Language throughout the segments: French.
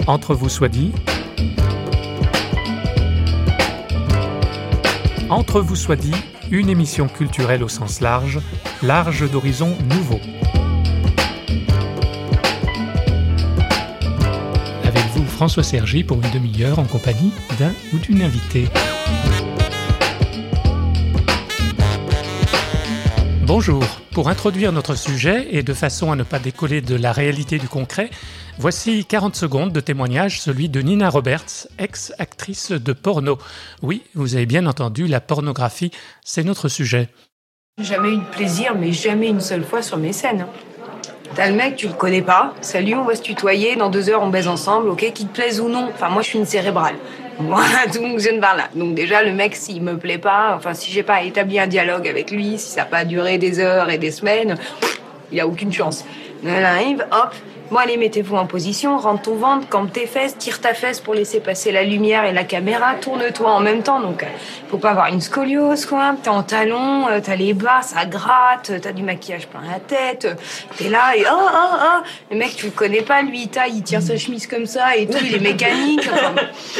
Entre vous soit dit. Entre vous soit dit, une émission culturelle au sens large, large d'horizons nouveaux. Avec vous, François Sergi, pour une demi-heure en compagnie d'un ou d'une invitée. Bonjour. Pour introduire notre sujet et de façon à ne pas décoller de la réalité du concret, voici 40 secondes de témoignage, celui de Nina Roberts, ex-actrice de porno. Oui, vous avez bien entendu, la pornographie, c'est notre sujet. Jamais eu de plaisir, mais jamais une seule fois sur mes scènes. T'as le mec, tu le connais pas. Salut, on va se tutoyer, dans 2 heures on baise ensemble, ok, qu'il te plaise ou non. Enfin, moi je suis une cérébrale. Moi, tout fonctionne par là. Donc déjà, le mec, s'il me plaît pas, enfin, si j'ai pas établi un dialogue avec lui, si ça n'a pas duré des heures et des semaines, il a aucune chance. On arrive, hop, bon allez, mettez-vous en position, rentre ton ventre, campe tes fesses, tire ta fesse pour laisser passer la lumière et la caméra, tourne-toi en même temps. Donc, faut pas avoir une scoliose, quoi. T'es en talons, t'as les bas, ça gratte, t'as du maquillage plein la tête, t'es là et le mec, tu le connais pas, lui, il tire sa chemise comme ça et tout, il est mécanique. Enfin,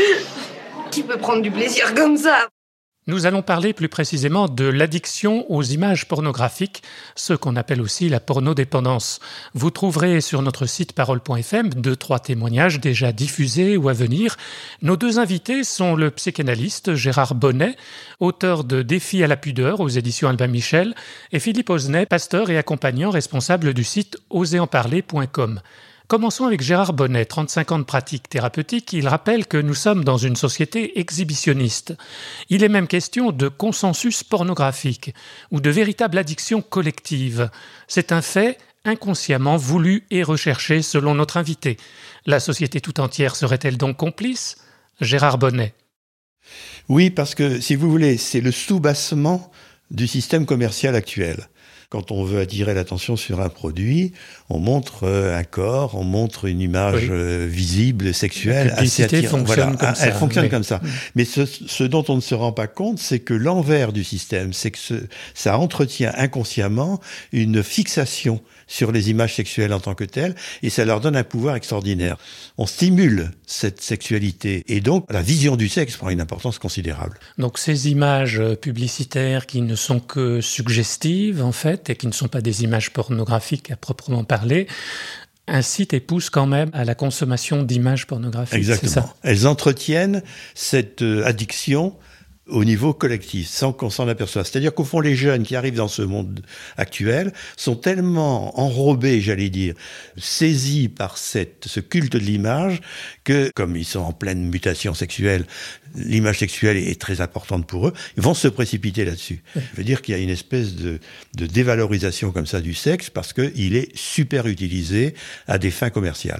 qui peut prendre du plaisir comme ça ? Nous allons parler plus précisément de l'addiction aux images pornographiques, ce qu'on appelle aussi la pornodépendance. Vous trouverez sur notre site parole.fm 2-3 témoignages déjà diffusés ou à venir. Nos 2 invités sont le psychanalyste Gérard Bonnet, auteur de Défi à la pudeur aux éditions Albin Michel, et Philippe Osnet, pasteur et accompagnant responsable du site oserenparler.com. Commençons avec Gérard Bonnet, 35 ans de pratique thérapeutique. Il rappelle que nous sommes dans une société exhibitionniste. Il est même question de consensus pornographique ou de véritable addiction collective. C'est un fait inconsciemment voulu et recherché selon notre invité. La société tout entière serait-elle donc complice ? Gérard Bonnet. Oui, parce que, si vous voulez, c'est le soubassement du système commercial actuel. Quand on veut attirer l'attention sur un produit, on montre un corps, on montre une image visible, sexuelle, assez attirante. Fonctionne comme ça. Elle fonctionne comme ça. Mais ce dont on ne se rend pas compte, c'est que l'envers du système, c'est que ça entretient inconsciemment une fixation sur les images sexuelles en tant que telles, et ça leur donne un pouvoir extraordinaire. On stimule cette sexualité, et donc la vision du sexe prend une importance considérable. Donc ces images publicitaires qui ne sont que suggestives, en fait, et qui ne sont pas des images pornographiques à proprement parler, incitent et poussent quand même à la consommation d'images pornographiques. Exactement. C'est ça. Elles entretiennent cette addiction au niveau collectif, sans qu'on s'en aperçoive. C'est-à-dire qu'au fond, les jeunes qui arrivent dans ce monde actuel sont tellement enrobés, j'allais dire, saisis par ce culte de l'image, que, comme ils sont en pleine mutation sexuelle, l'image sexuelle est très importante pour eux, ils vont se précipiter là-dessus. Je veux dire qu'il y a une espèce de dévalorisation comme ça du sexe, parce qu'il est super utilisé à des fins commerciales.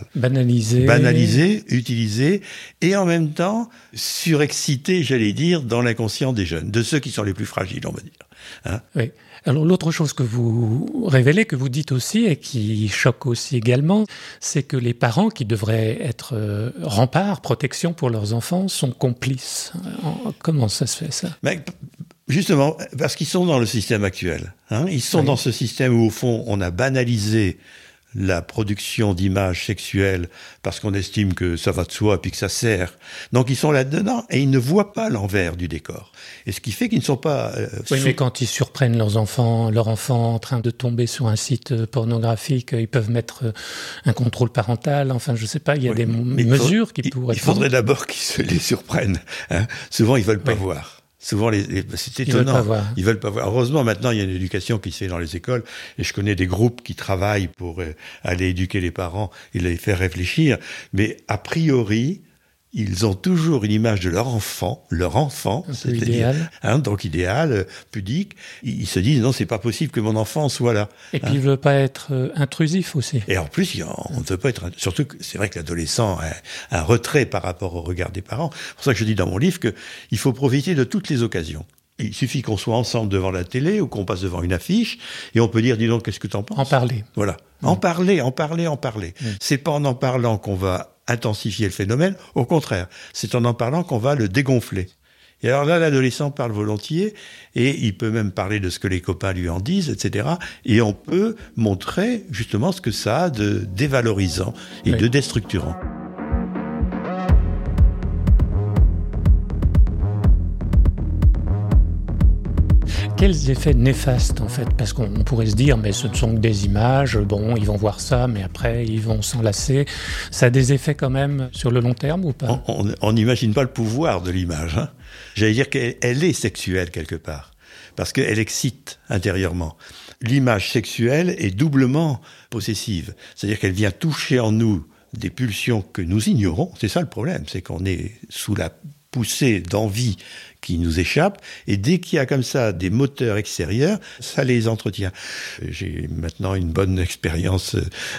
Banalisé, utilisé, et en même temps, surexcité, j'allais dire, dans l'inconscient des jeunes, de ceux qui sont les plus fragiles, on va dire. Hein ? Oui. Alors l'autre chose que vous révélez, que vous dites aussi et qui choque aussi également, c'est que les parents qui devraient être remparts, protection pour leurs enfants, sont complices. Comment ça se fait ça ? Justement, parce qu'ils sont dans le système actuel. Hein ? Ils sont dans ce système où au fond on a banalisé la production d'images sexuelles parce qu'on estime que ça va de soi puis que ça sert. Donc ils sont là-dedans et ils ne voient pas l'envers du décor. Et ce qui fait qu'ils ne sont pas... Oui, mais quand ils surprennent leur enfant en train de tomber sur un site pornographique, ils peuvent mettre un contrôle parental, enfin je sais pas, il y a des mesures qui pourraient... Il faudrait d'abord qu'ils se les surprennent. Hein. Souvent ils veulent pas voir. Souvent, c'est étonnant. Ils veulent pas voir. Heureusement, maintenant, il y a une éducation qui se fait dans les écoles, et je connais des groupes qui travaillent pour aller éduquer les parents et les faire réfléchir. Mais a priori, ils ont toujours une image de leur enfant, c'est-à-dire idéal. Donc idéal, pudique. Ils se disent non, c'est pas possible que mon enfant soit là. Et puis il veut pas être intrusif aussi. Et en plus, on ne veut pas être. Surtout que c'est vrai que l'adolescent a un retrait par rapport au regard des parents. C'est pour ça que je dis dans mon livre qu'il faut profiter de toutes les occasions. Il suffit qu'on soit ensemble devant la télé ou qu'on passe devant une affiche et on peut dire, dis donc, qu'est-ce que t'en penses ? En parler. Voilà. En parler. C'est pas en parlant qu'on va intensifier le phénomène. Au contraire, c'est en parlant qu'on va le dégonfler. Et alors là, l'adolescent parle volontiers et il peut même parler de ce que les copains lui en disent, etc. Et on peut montrer justement ce que ça a de dévalorisant et de déstructurant. Quels effets néfastes, en fait? Parce qu'on pourrait se dire, mais ce ne sont que des images, bon, ils vont voir ça, mais après, ils vont s'en lasser. Ça a des effets quand même sur le long terme ou pas? On n'imagine pas le pouvoir de l'image. Hein. J'allais dire qu'elle est sexuelle quelque part, parce qu'elle excite intérieurement. L'image sexuelle est doublement possessive, c'est-à-dire qu'elle vient toucher en nous des pulsions que nous ignorons. C'est ça le problème, c'est qu'on est sous la poussée d'envie qui nous échappe, et dès qu'il y a comme ça des moteurs extérieurs, ça les entretient. J'ai maintenant une bonne expérience,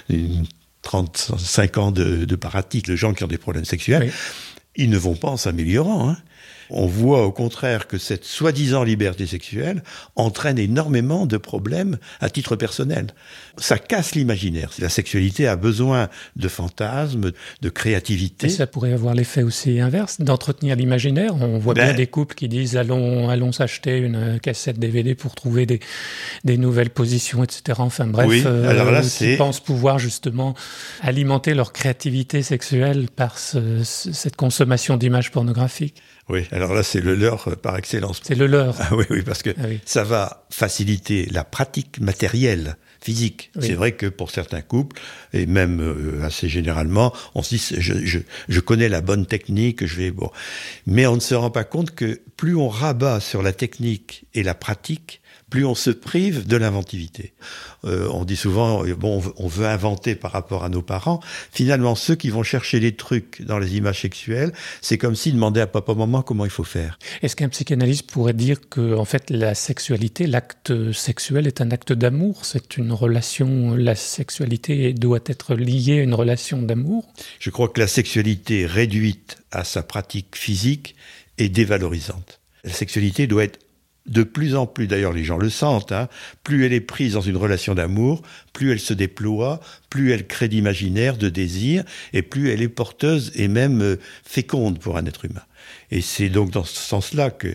35 ans de pratique de gens qui ont des problèmes sexuels. Oui. Ils ne vont pas en s'améliorant. Hein. On voit au contraire que cette soi-disant liberté sexuelle entraîne énormément de problèmes à titre personnel. Ça casse l'imaginaire. La sexualité a besoin de fantasmes, de créativité. Et ça pourrait avoir l'effet aussi inverse, d'entretenir l'imaginaire. On voit bien des couples qui disent allons s'acheter une cassette DVD pour trouver des nouvelles positions, etc. Enfin bref, oui, alors là, qui pensent pouvoir justement alimenter leur créativité sexuelle par cette consommation d'images pornographiques. Oui, alors là, c'est le leurre par excellence. C'est le leurre. Ah oui, parce que ça va faciliter la pratique matérielle, physique. Oui. C'est vrai que pour certains couples, et même assez généralement, on se dit, je connais la bonne technique, bon. Mais on ne se rend pas compte que plus on rabat sur la technique et la pratique, plus on se prive de l'inventivité. On dit souvent, on veut inventer par rapport à nos parents. Finalement, ceux qui vont chercher les trucs dans les images sexuelles, c'est comme s'ils demandaient à papa-maman comment il faut faire. Est-ce qu'un psychanalyste pourrait dire que, en fait, la sexualité, l'acte sexuel est un acte d'amour? C'est une relation, la sexualité doit être liée à une relation d'amour? Je crois que la sexualité réduite à sa pratique physique est dévalorisante. La sexualité doit être de plus en plus, d'ailleurs les gens le sentent, hein, plus elle est prise dans une relation d'amour, plus elle se déploie, plus elle crée d'imaginaire, de désir, et plus elle est porteuse et même féconde pour un être humain. Et c'est donc dans ce sens-là que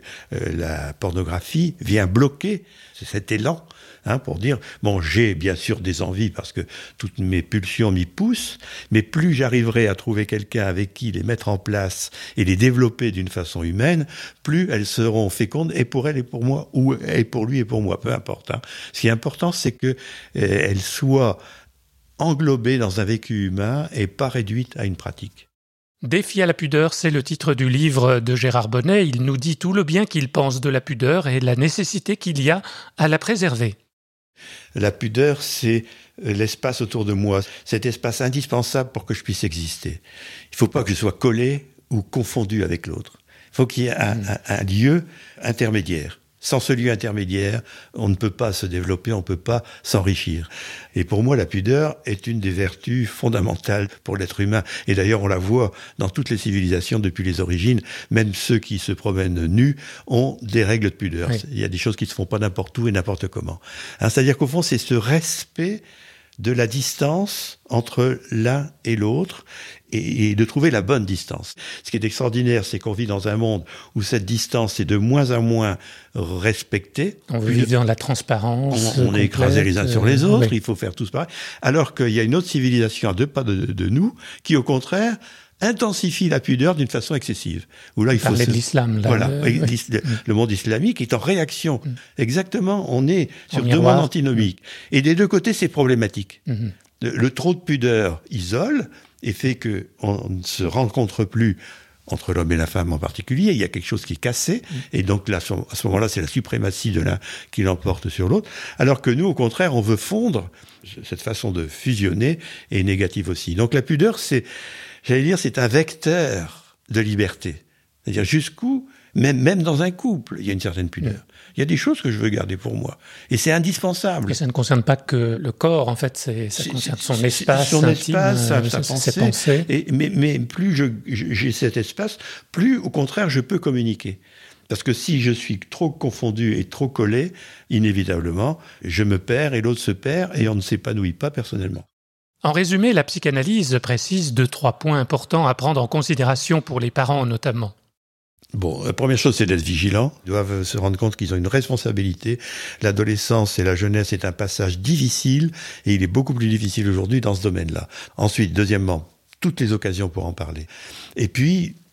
la pornographie vient bloquer cet élan, hein, pour dire, j'ai bien sûr des envies parce que toutes mes pulsions m'y poussent, mais plus j'arriverai à trouver quelqu'un avec qui les mettre en place et les développer d'une façon humaine, plus elles seront fécondes, et pour elle et pour moi, ou et pour lui et pour moi, peu importe. Hein. Ce qui est important, c'est qu'elles soient englobées dans un vécu humain et pas réduites à une pratique. Défi à la pudeur, c'est le titre du livre de Gérard Bonnet. Il nous dit tout le bien qu'il pense de la pudeur et la nécessité qu'il y a à la préserver. La pudeur, c'est l'espace autour de moi, cet espace indispensable pour que je puisse exister. Il ne faut pas que je sois collé ou confondu avec l'autre. Il faut qu'il y ait un lieu intermédiaire. Sans ce lieu intermédiaire, on ne peut pas se développer, on ne peut pas s'enrichir. Et pour moi, la pudeur est une des vertus fondamentales pour l'être humain. Et d'ailleurs, on la voit dans toutes les civilisations depuis les origines. Même ceux qui se promènent nus ont des règles de pudeur. Oui. Il y a des choses qui ne se font pas n'importe où et n'importe comment. Hein, c'est-à-dire qu'au fond, c'est ce respect de la distance entre l'un et l'autre, et de trouver la bonne distance. Ce qui est extraordinaire, c'est qu'on vit dans un monde où cette distance est de moins en moins respectée. On vit dans la transparence. On est écrasés les uns sur les autres, il faut faire tous pareil. Alors qu'il y a une autre civilisation à 2 pas de nous, qui au contraire intensifie la pudeur d'une façon excessive. Où là, il faut parler de l'islam. Là, voilà, le monde islamique est en réaction. Exactement, on est sur 2 mondes antinomiques. Et des 2 côtés, c'est problématique. Le trop de pudeur isole et fait qu'on ne se rencontre plus entre l'homme et la femme en particulier. Il y a quelque chose qui est cassé. Et donc, là, à ce moment-là, c'est la suprématie de l'un qui l'emporte sur l'autre. Alors que nous, au contraire, on veut fondre. Cette façon de fusionner est négative aussi. Donc, la pudeur, c'est un vecteur de liberté. C'est-à-dire jusqu'où, même dans un couple, il y a une certaine pudeur. Il y a des choses que je veux garder pour moi. Et c'est indispensable. Et ça ne concerne pas que le corps, en fait. Ça concerne son espace son intime, espace, sa pensée. Mais plus j'ai cet espace, plus, au contraire, je peux communiquer. Parce que si je suis trop confondu et trop collé, inévitablement, je me perds et l'autre se perd et on ne s'épanouit pas personnellement. En résumé, la psychanalyse précise 2-3 points importants à prendre en considération pour les parents notamment. Bon, la première chose, c'est d'être vigilant. Ils doivent se rendre compte qu'ils ont une responsabilité. L'adolescence et la jeunesse est un passage difficile et il est beaucoup plus difficile aujourd'hui dans ce domaine-là. Ensuite, deuxièmement, toutes les occasions pour en parler. Et puis,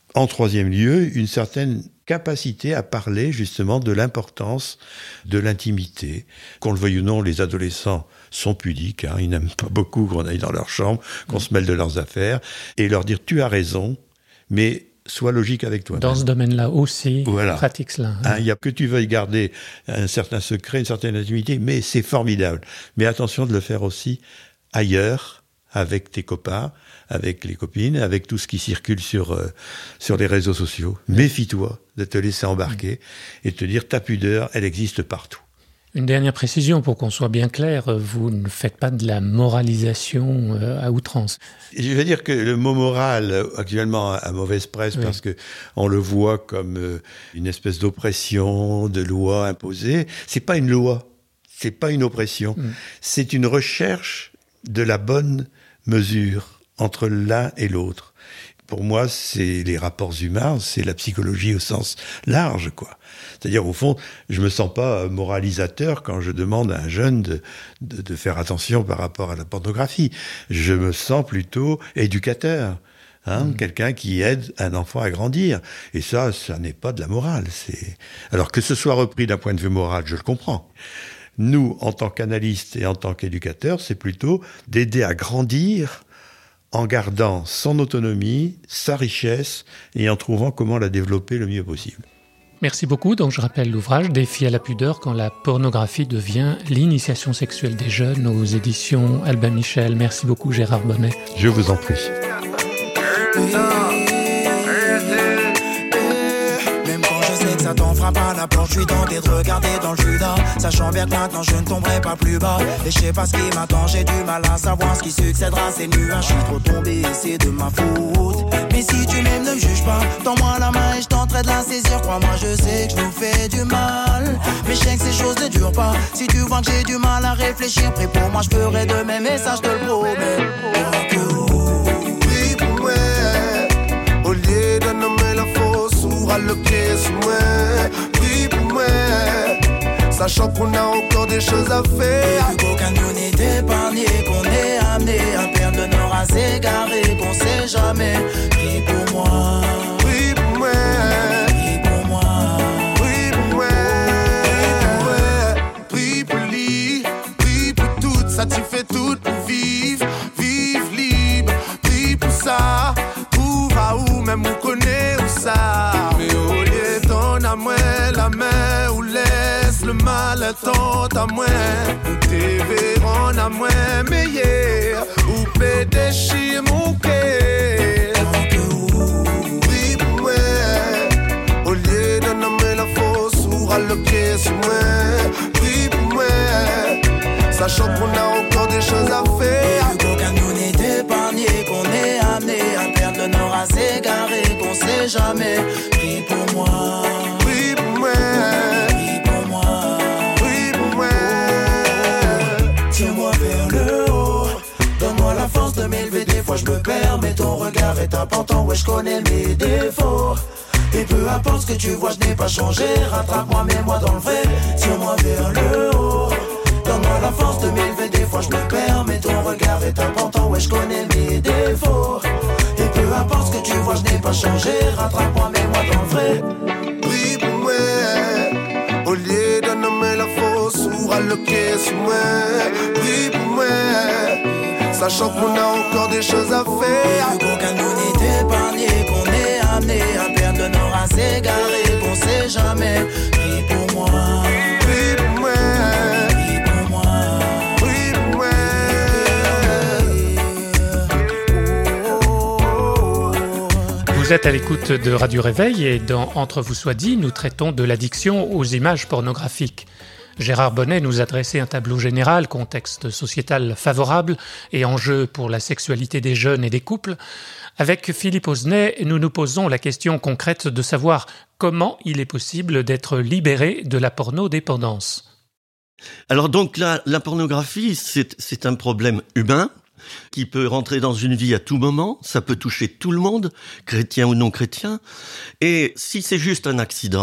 En troisième lieu, une certaine capacité à parler justement de l'importance de l'intimité. Qu'on le veuille ou non, les adolescents sont pudiques, ils n'aiment pas beaucoup qu'on aille dans leur chambre, qu'on se mêle de leurs affaires, et leur dire « tu as raison », mais sois logique avec toi. Dans ce domaine-là aussi, voilà. Pratique cela. Il y a que tu veuilles garder un certain secret, une certaine intimité, mais c'est formidable. Mais attention de le faire aussi ailleurs, avec tes copains, avec les copines, avec tout ce qui circule sur les réseaux sociaux. Méfie-toi de te laisser embarquer et de te dire ta pudeur, elle existe partout. Une dernière précision pour qu'on soit bien clair, vous ne faites pas de la moralisation à outrance. Je veux dire que le mot moral, actuellement, a mauvaise presse parce que on le voit comme une espèce d'oppression, de loi imposée. C'est pas une loi, c'est pas une oppression, c'est une recherche de la bonne mesure entre l'un et l'autre. Pour moi, c'est les rapports humains, c'est la psychologie au sens large, quoi. C'est-à-dire, au fond, je me sens pas moralisateur quand je demande à un jeune de faire attention par rapport à la pornographie. Je me sens plutôt éducateur, quelqu'un qui aide un enfant à grandir. Et ça n'est pas de la morale. Alors que ce soit repris d'un point de vue moral, je le comprends. Nous, en tant qu'analystes et en tant qu'éducateurs, c'est plutôt d'aider à grandir en gardant son autonomie, sa richesse et en trouvant comment la développer le mieux possible. Merci beaucoup. Donc je rappelle l'ouvrage « Défi à la pudeur quand la pornographie devient l'initiation sexuelle des jeunes » aux éditions Albin Michel. Merci beaucoup Gérard Bonnet. Je vous en prie. Ça t'en frappe à la planche, je suis tenté de regarder dans le Judas, sachant bien que maintenant je ne tomberai pas plus bas. Et je sais pas ce qui m'attend, j'ai du mal à savoir ce qui succédera, c'est nuages, je suis trop tombé et c'est de ma faute. Mais si tu m'aimes, ne me juge pas, tends-moi la main et je tenterai de la saisir. Crois-moi, je sais que je nous fais du mal, mais je sais que ces choses ne durent pas. Si tu vois que j'ai du mal à réfléchir, prie pour moi, je ferai de même et ça je te le promets. Prie pour moi, au lieu de nommer la fausse ou à le pied sur moi. Prie pour moi, sachant qu'on a encore des choses à faire. Et vu qu'aucun de nous n'est épargné, qu'on est amené à perdre le nord, à s'égarer, qu'on sait jamais. Prie pour moi, prie pour moi, prie pour moi, prie pour moi, prie pour lui, prie pour tout, ça tu fais tout pour vivre, vivre libre. Prie pour ça, pour va où même on connaît où ça. Mais au lieu ton à moi la main ou laisse le mal attendre à moi. Ou t'es verrons à moi meilleur, ou peut déchirer mon cœur. Prie pour moi, au lieu de nommer la fausse ou à le pied sur moi. Prie pour moi, sachant qu'on a encore des choses à faire. Et vu qu'aucun de nous n'est épargné, qu'on est amené à perdre le nord, à s'égarer, qu'on sait jamais. Prie pour moi, prie pour moi, prie pour moi, prie pour moi. Tiens-moi vers le haut, donne-moi la force de m'élever. Des fois je me perds, mais ton regard est important. Ouais, je connais mes défauts. Et peu importe ce que tu vois, je n'ai pas changé. Rattrape-moi, mets-moi dans le vrai. Tiens-moi vers le haut, donne-moi la force de m'élever. Des fois je me perds, mais ton regard est important. Ouais, je connais mes défauts. Et peu importe ce que tu vois, je n'ai pas changé. Rattrape-moi, mets-moi dans le vrai. Prie pour moi, au lieu de nommer la fausse ou à le pied sur moi. Prie pour moi, sachant qu'on a encore des choses à faire. Et vu qu'aucun de nous n'est épargné, qu'on est amené à perdre le nord, à s'égarer, qu'on sait jamais. Prie pour moi, prie pour moi, prie pour moi, prie pour moi. Vous êtes à l'écoute de Radio Réveil et dans Entre vous soit dit, nous traitons de l'addiction aux images pornographiques. Gérard Bonnet nous a dressé un tableau général, contexte sociétal favorable et enjeux pour la sexualité des jeunes et des couples. Avec Philippe Osnet, nous nous posons la question concrète de savoir comment il est possible d'être libéré de la pornodépendance. Alors donc la pornographie, c'est un problème humain qui peut rentrer dans une vie à tout moment, ça peut toucher tout le monde, chrétien ou non chrétien, et si c'est juste un accident,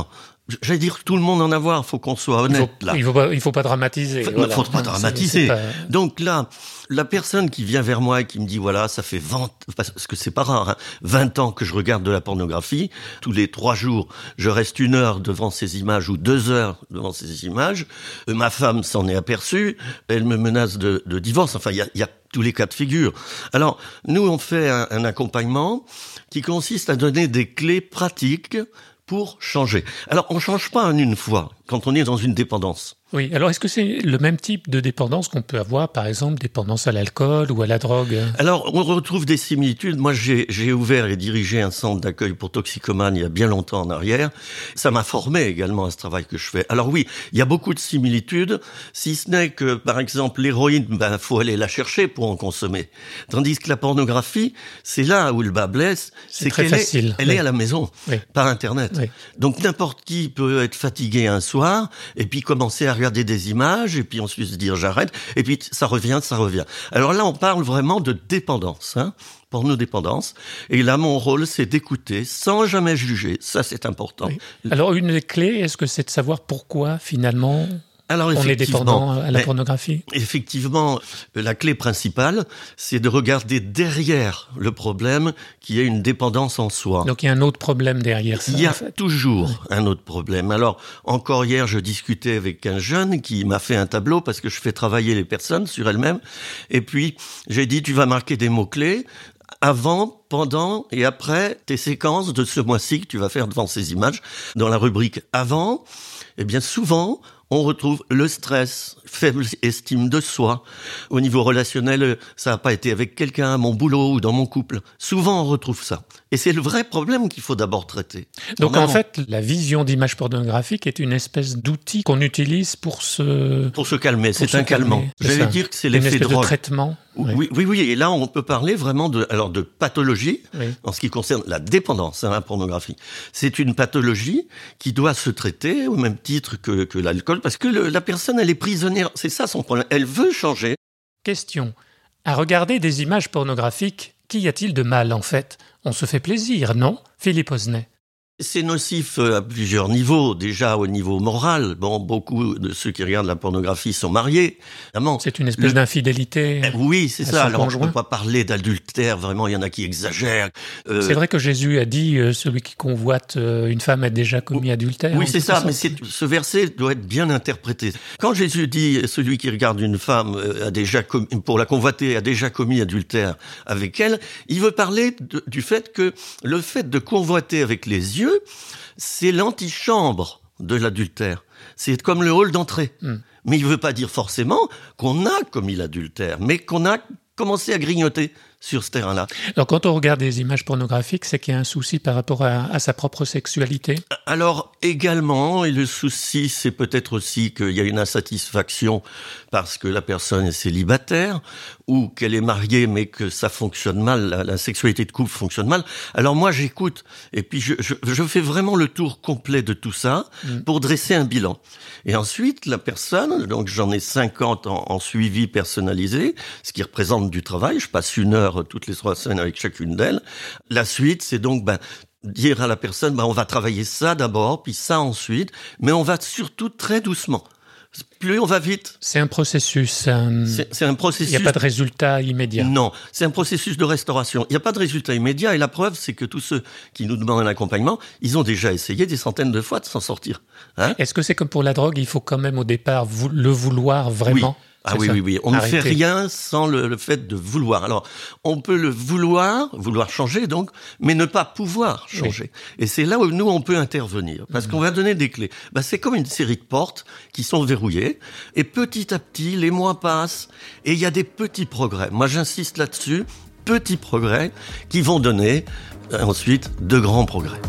j'allais dire tout le monde en avoir, faut qu'on soit honnête là. Il faut pas dramatiser. Il ne faut pas dramatiser. Donc là, la personne qui vient vers moi et qui me dit voilà, ça fait 20, parce que c'est pas rare, hein, 20 ans que je regarde de la pornographie, tous les 3 jours, je reste 1 heure devant ces images ou 2 heures devant ces images, ma femme s'en est aperçue, elle me menace de divorce, enfin il y a tous les cas de figure. Alors, nous on fait un accompagnement qui consiste à donner des clés pratiques pour changer. Alors, on change pas en une fois quand on est dans une dépendance. Oui, alors est-ce que c'est le même type de dépendance qu'on peut avoir, par exemple, dépendance à l'alcool ou à la drogue? Alors, on retrouve des similitudes. Moi, j'ai ouvert et dirigé un centre d'accueil pour toxicomanes il y a bien longtemps en arrière. Ça m'a formé également à ce travail que je fais. Alors oui, il y a beaucoup de similitudes, si ce n'est que, par exemple, l'héroïne, faut aller la chercher pour en consommer. Tandis que la pornographie, c'est là où le bas blesse, c'est très facile. Elle est à la maison, par Internet. Oui. Donc n'importe qui peut être fatigué un soir et puis commencer à regarder des images et puis ensuite se dire j'arrête et puis ça revient. Alors là on parle vraiment de dépendance, pornodépendance. Et là mon rôle c'est d'écouter sans jamais juger, ça c'est important. Oui. Alors une des clés, est-ce que c'est de savoir pourquoi finalement Alors, on est dépendant à la pornographie? Effectivement, la clé principale, c'est de regarder derrière le problème qui est une dépendance en soi. Donc il y a un autre problème derrière ça. Il y a toujours un autre problème. Alors, encore hier, je discutais avec un jeune qui m'a fait un tableau parce que je fais travailler les personnes sur elles-mêmes. Et puis, j'ai dit, tu vas marquer des mots-clés avant, pendant et après tes séquences de ce mois-ci que tu vas faire devant ces images. Dans la rubrique avant, eh bien, souvent, on retrouve le stress, faible estime de soi. Au niveau relationnel, ça n'a pas été avec quelqu'un, à mon boulot ou dans mon couple. Souvent, on retrouve ça. Et c'est le vrai problème qu'il faut d'abord traiter. Donc en fait, la vision d'images pornographiques est une espèce d'outil qu'on utilise pour se calmer. C'est un calmant. J'allais dire que c'est l'effet de drogue. De traitement. Oui. Et là, on peut parler vraiment de pathologie en ce qui concerne la dépendance à la pornographie. C'est une pathologie qui doit se traiter au même titre que l'alcool parce que la personne, elle est prisonnière. C'est ça son problème. Elle veut changer. Question. À regarder des images pornographiques, qu'y a-t-il de mal en fait? On se fait plaisir, non? Philippe Osnet. C'est nocif à plusieurs niveaux. Déjà au niveau moral, beaucoup de ceux qui regardent la pornographie sont mariés. Évidemment. C'est une espèce d'infidélité. Oui, c'est ça. Alors conjoint. on ne peut pas parler d'adultère. Vraiment, il y en a qui exagèrent. C'est vrai que Jésus a dit celui qui convoite une femme a déjà commis adultère. Oui, c'est ça. Mais ce verset doit être bien interprété. Quand Jésus dit celui qui regarde une femme pour la convoiter a déjà commis adultère avec elle, il veut parler du fait que le fait de convoiter avec les yeux, c'est l'antichambre de l'adultère. C'est comme le hall d'entrée. Mais il ne veut pas dire forcément qu'on a commis l'adultère, mais qu'on a commencé à grignoter sur ce terrain-là. Alors quand on regarde des images pornographiques, c'est qu'il y a un souci par rapport à sa propre sexualité? Alors également, et le souci c'est peut-être aussi qu'il y a une insatisfaction parce que la personne est célibataire ou qu'elle est mariée mais que ça fonctionne mal, la sexualité de couple fonctionne mal. Alors moi j'écoute et puis je fais vraiment le tour complet de tout ça pour dresser un bilan. Et ensuite la personne, donc j'en ai 50 en suivi personnalisé, ce qui représente du travail, je passe 1 heure toutes les 3 semaines avec chacune d'elles. La suite, c'est donc dire à la personne, on va travailler ça d'abord, puis ça ensuite, mais on va surtout très doucement. Plus on va vite. C'est un processus. C'est un processus. Il n'y a pas de résultat immédiat. Non, c'est un processus de restauration. Il n'y a pas de résultat immédiat et la preuve, c'est que tous ceux qui nous demandent un accompagnement, ils ont déjà essayé des centaines de fois de s'en sortir. Est-ce que c'est comme pour la drogue, il faut quand même au départ le vouloir vraiment? Oui. On ne fait rien sans le fait de vouloir. Alors, on peut le vouloir changer donc, mais ne pas pouvoir changer. Oui. Et c'est là où nous, on peut intervenir. Parce qu'on va donner des clés. C'est comme une série de portes qui sont verrouillées. Et petit à petit, les mois passent et il y a des petits progrès. Moi, j'insiste là-dessus. Petits progrès qui vont donner ensuite de grands progrès.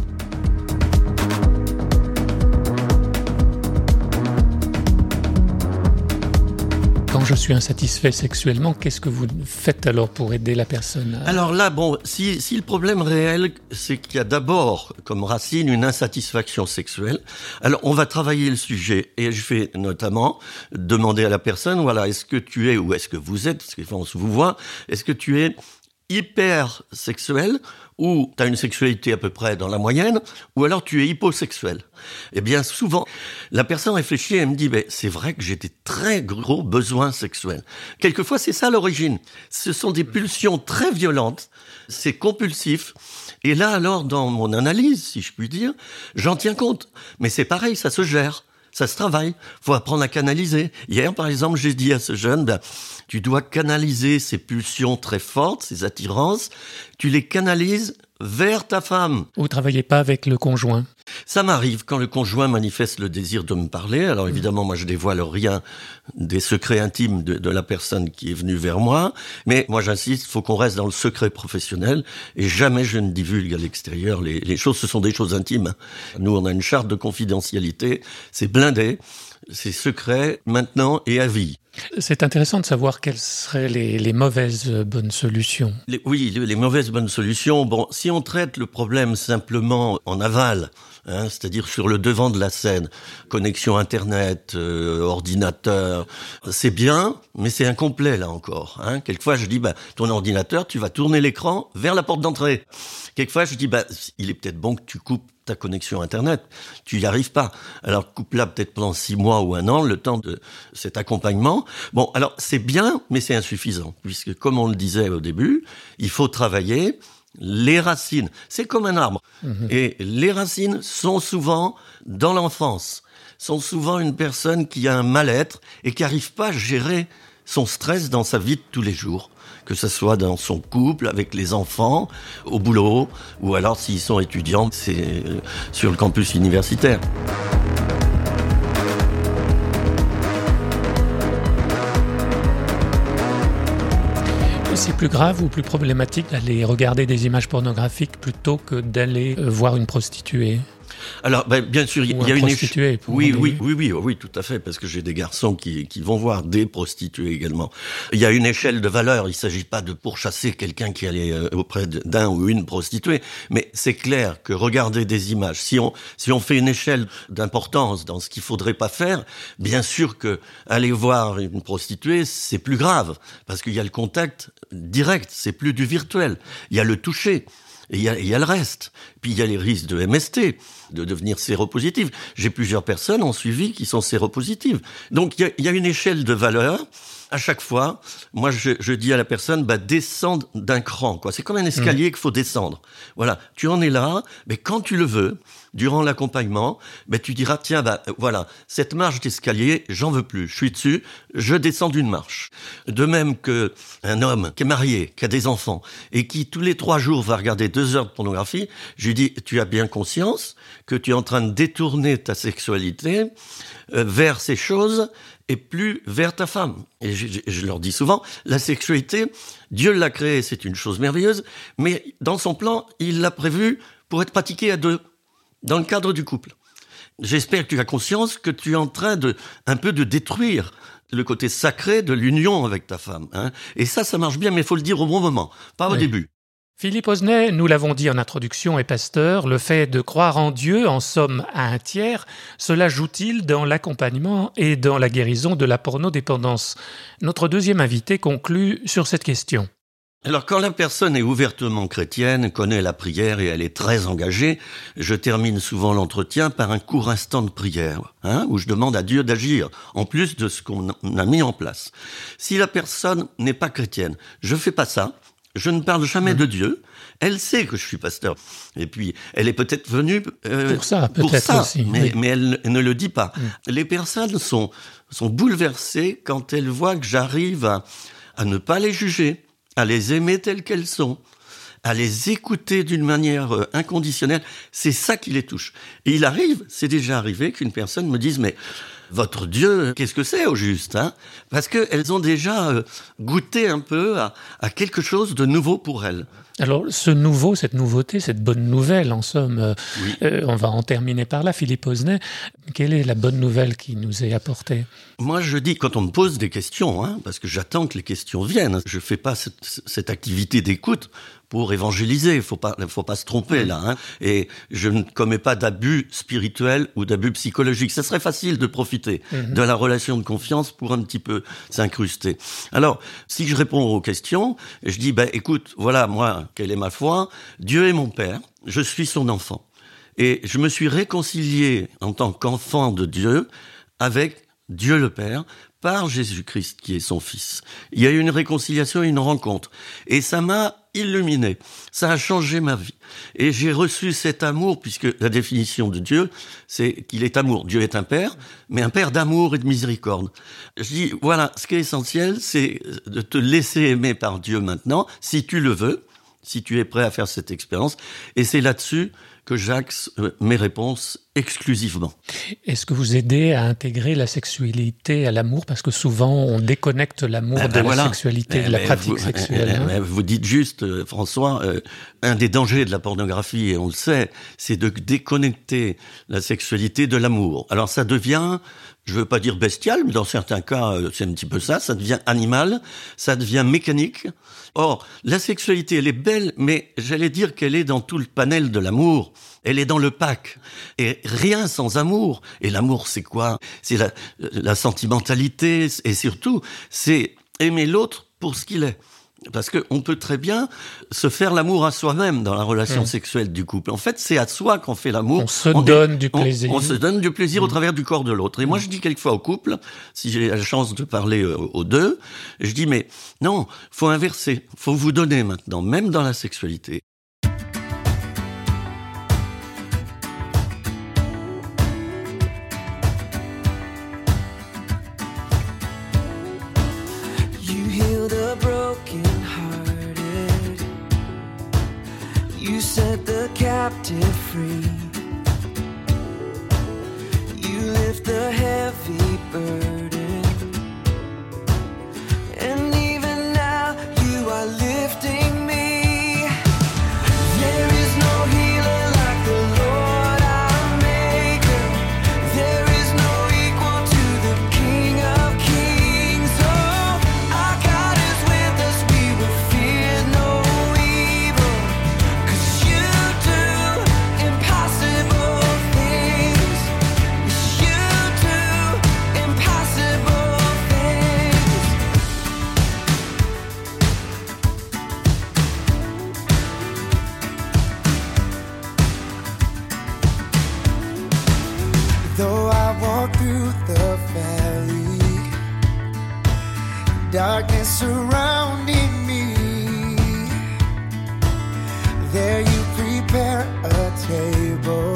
Quand je suis insatisfait sexuellement, qu'est-ce que vous faites alors pour aider la personne Alors là, si le problème réel, c'est qu'il y a d'abord comme racine une insatisfaction sexuelle, alors on va travailler le sujet et je vais notamment demander à la personne, est-ce que tu es ou est-ce que vous êtes, parce qu'on se vous voit, est-ce que tu es hyper sexuel, ou tu as une sexualité à peu près dans la moyenne, ou alors tu es hyposexuel. Eh bien, souvent, la personne réfléchit et elle me dit, c'est vrai que j'ai des très gros besoins sexuels. Quelquefois, c'est ça l'origine. Ce sont des pulsions très violentes, c'est compulsif. Et là, alors, dans mon analyse, si je puis dire, j'en tiens compte. Mais c'est pareil, ça se gère. Ça se travaille. Faut apprendre à canaliser. Hier, par exemple, j'ai dit à ce jeune, tu dois canaliser ces pulsions très fortes, ces attirances. Tu les canalises vers ta femme. Vous ne travaillez pas avec le conjoint? Ça m'arrive quand le conjoint manifeste le désir de me parler. Alors évidemment, moi je dévoile rien des secrets intimes de la personne qui est venue vers moi. Mais moi j'insiste, il faut qu'on reste dans le secret professionnel et jamais je ne divulgue à l'extérieur les choses. Ce sont des choses intimes. Nous, on a une charte de confidentialité. C'est blindé. C'est secret maintenant et à vie. C'est intéressant de savoir quelles seraient les mauvaises bonnes solutions. Les mauvaises bonnes solutions. Bon, si on traite le problème simplement en aval, c'est-à-dire sur le devant de la scène, connexion Internet, ordinateur, c'est bien, mais c'est incomplet là encore. Quelquefois, je dis, ton ordinateur, tu vas tourner l'écran vers la porte d'entrée. Quelquefois, je dis, il est peut-être bon que tu coupes ta connexion Internet, tu y arrives pas. Alors coupe-la peut-être pendant 6 mois ou 1 an, le temps de cet accompagnement. Bon, alors c'est bien, mais c'est insuffisant, puisque comme on le disait au début, il faut travailler les racines. C'est comme un arbre. Et les racines sont souvent dans l'enfance, sont souvent une personne qui a un mal-être et qui n'arrive pas à gérer son stress dans sa vie de tous les jours, que ce soit dans son couple, avec les enfants, au boulot, ou alors s'ils sont étudiants, c'est sur le campus universitaire. C'est plus grave ou plus problématique d'aller regarder des images pornographiques plutôt que d'aller voir une prostituée? Alors, bien sûr, il y a une prostituée. Oui, tout à fait, parce que j'ai des garçons qui vont voir des prostituées également. Il y a une échelle de valeur. Il ne s'agit pas de pourchasser quelqu'un qui allait auprès d'un ou une prostituée, mais c'est clair que regarder des images, si on fait une échelle d'importance dans ce qu'il faudrait pas faire, bien sûr que aller voir une prostituée, c'est plus grave, parce qu'il y a le contact direct, c'est plus du virtuel. Il y a le toucher. Et il y a le reste. Puis il y a les risques de MST, de devenir séropositif. J'ai plusieurs personnes en suivi qui sont séropositives. Donc il y a une échelle de valeur. À chaque fois, moi je dis à la personne, descends d'un cran, quoi. C'est comme un escalier qu'il faut descendre. Voilà, tu en es là, mais quand tu le veux, durant l'accompagnement, tu diras, tiens, voilà, cette marche d'escalier, j'en veux plus. Je suis dessus, je descends d'une marche. De même que un homme qui est marié, qui a des enfants, et qui tous les 3 jours va regarder 2 heures de pornographie, je lui dis, tu as bien conscience que tu es en train de détourner ta sexualité vers ces choses et plus vers ta femme. Et je leur dis souvent, la sexualité, Dieu l'a créée, c'est une chose merveilleuse, mais dans son plan, il l'a prévue pour être pratiquée à 2, dans le cadre du couple. J'espère que tu as conscience que tu es en train un peu de détruire le côté sacré de l'union avec ta femme. Et ça marche bien, mais il faut le dire au bon moment, pas au début. Philippe Osnet, nous l'avons dit en introduction, est pasteur. Le fait de croire en Dieu, en somme à un tiers, cela joue-t-il dans l'accompagnement et dans la guérison de la pornodépendance? Notre deuxième invité conclut sur cette question. Alors, quand la personne est ouvertement chrétienne, connaît la prière et elle est très engagée, je termine souvent l'entretien par un court instant de prière, où je demande à Dieu d'agir, en plus de ce qu'on a mis en place. Si la personne n'est pas chrétienne, je fais pas ça. Je ne parle jamais de Dieu. Elle sait que je suis pasteur. Et puis, elle est peut-être venue pour ça, aussi. Mais elle ne le dit pas. Les personnes sont bouleversées quand elles voient que j'arrive à ne pas les juger, à les aimer telles qu'elles sont, à les écouter d'une manière inconditionnelle. C'est ça qui les touche. Et c'est déjà arrivé qu'une personne me dise, mais votre Dieu, qu'est-ce que c'est au juste, Parce qu'elles ont déjà goûté un peu à quelque chose de nouveau pour elles. Alors, cette nouveauté, cette bonne nouvelle, en somme, on va en terminer par là, Philippe Osnet. Quelle est la bonne nouvelle qui nous est apportée ? Moi, je dis, quand on me pose des questions, parce que j'attends que les questions viennent, je fais pas cette activité d'écoute pour évangéliser. Faut pas se tromper, là, Et je ne commets pas d'abus spirituel ou d'abus psychologique. Ça serait facile de profiter de la relation de confiance pour un petit peu s'incruster. Alors, si je réponds aux questions, je dis, écoute, voilà, moi, quelle est ma foi ? Dieu est mon Père, je suis son enfant. Et je me suis réconcilié en tant qu'enfant de Dieu avec Dieu le Père, par Jésus-Christ qui est son Fils. Il y a eu une réconciliation, une rencontre. Et ça m'a illuminé. Ça a changé ma vie. Et j'ai reçu cet amour, puisque la définition de Dieu, c'est qu'il est amour. Dieu est un Père, mais un Père d'amour et de miséricorde. Je dis, voilà, ce qui est essentiel, c'est de te laisser aimer par Dieu maintenant, si tu le veux, si tu es prêt à faire cette expérience. Et c'est là-dessus que j'axe mes réponses exclusivement. Est-ce que vous aidez à intégrer la sexualité à l'amour ? Parce que souvent, on déconnecte l'amour de la sexualité, de la pratique sexuelle. Vous dites juste, François, un des dangers de la pornographie, et on le sait, c'est de déconnecter la sexualité de l'amour. Alors ça devient, je veux pas dire bestial, mais dans certains cas, c'est un petit peu ça devient animal, ça devient mécanique. Or, la sexualité, elle est belle, mais j'allais dire qu'elle est dans tout le panel de l'amour. Elle est dans le pack. Et rien sans amour. Et l'amour, c'est quoi ? C'est la sentimentalité, et surtout, c'est aimer l'autre pour ce qu'il est. Parce que on peut très bien se faire l'amour à soi-même dans la relation sexuelle du couple. En fait, c'est à soi qu'on fait l'amour. On se donne du plaisir. On se donne du plaisir au travers du corps de l'autre. Et moi, je dis quelquefois au couple, si j'ai la chance de parler aux deux, je dis, mais non, faut inverser. Faut vous donner maintenant, même dans la sexualité. Captive free, you lift the heavy burden, and even now you are lifting me. There is no healer like the Lord our Maker. There is no equal to the King of Kings. Oh, our God is with us, we will fear no evil, 'cause you impossible things. You do impossible things. Though I walk through the valley, darkness surrounding me, there you prepare a table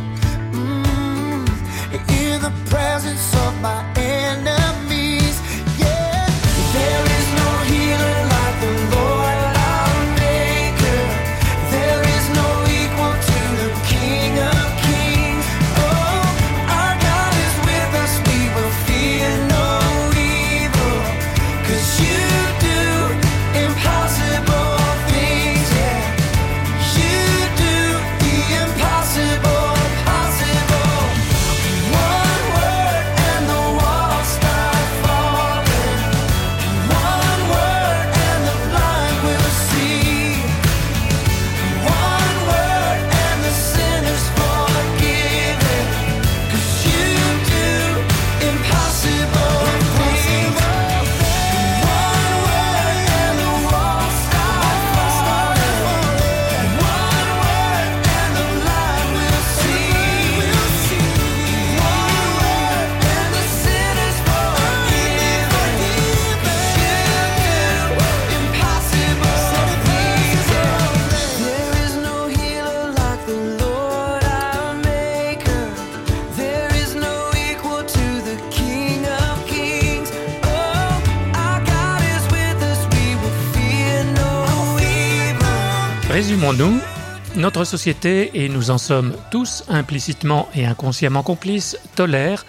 in the presence of my enemies. Yeah, there is no healer like the Lord our Maker. There is no equal to the King of Kings. Oh, our God is with us, we will fear no evil, 'cause you do impossible things. Yeah, you do the impossible possible. One word and the walls start falling. One word and the blind will see. One word and the sinners forgiven, 'cause you do impossible things. One word and the walls start falling. One word and the blind will see. One word and the sinners forgiven, 'cause you do impossible things. There is no healer like the Lord our Maker. There is no equal to the King of Kings. Oh, our God is with us, we will fear no evil. Résumons-nous, notre société, et nous en sommes tous implicitement et inconsciemment complices, tolère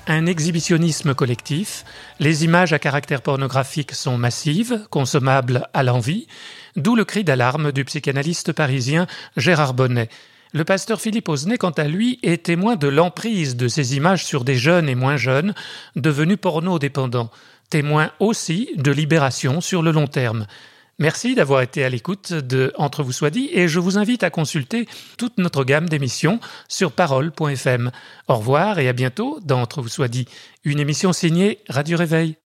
un exhibitionnisme collectif, les images à caractère pornographique sont massives, consommables à l'envi, d'où le cri d'alarme du psychanalyste parisien Gérard Bonnet. Le pasteur Philippe Osnet, quant à lui, est témoin de l'emprise de ces images sur des jeunes et moins jeunes, devenus porno-dépendants, témoin aussi de libération sur le long terme. Merci d'avoir été à l'écoute de Entre vous soit dit et je vous invite à consulter toute notre gamme d'émissions sur parole.fm. Au revoir et à bientôt dans Entre vous soit dit, une émission signée Radio Réveil.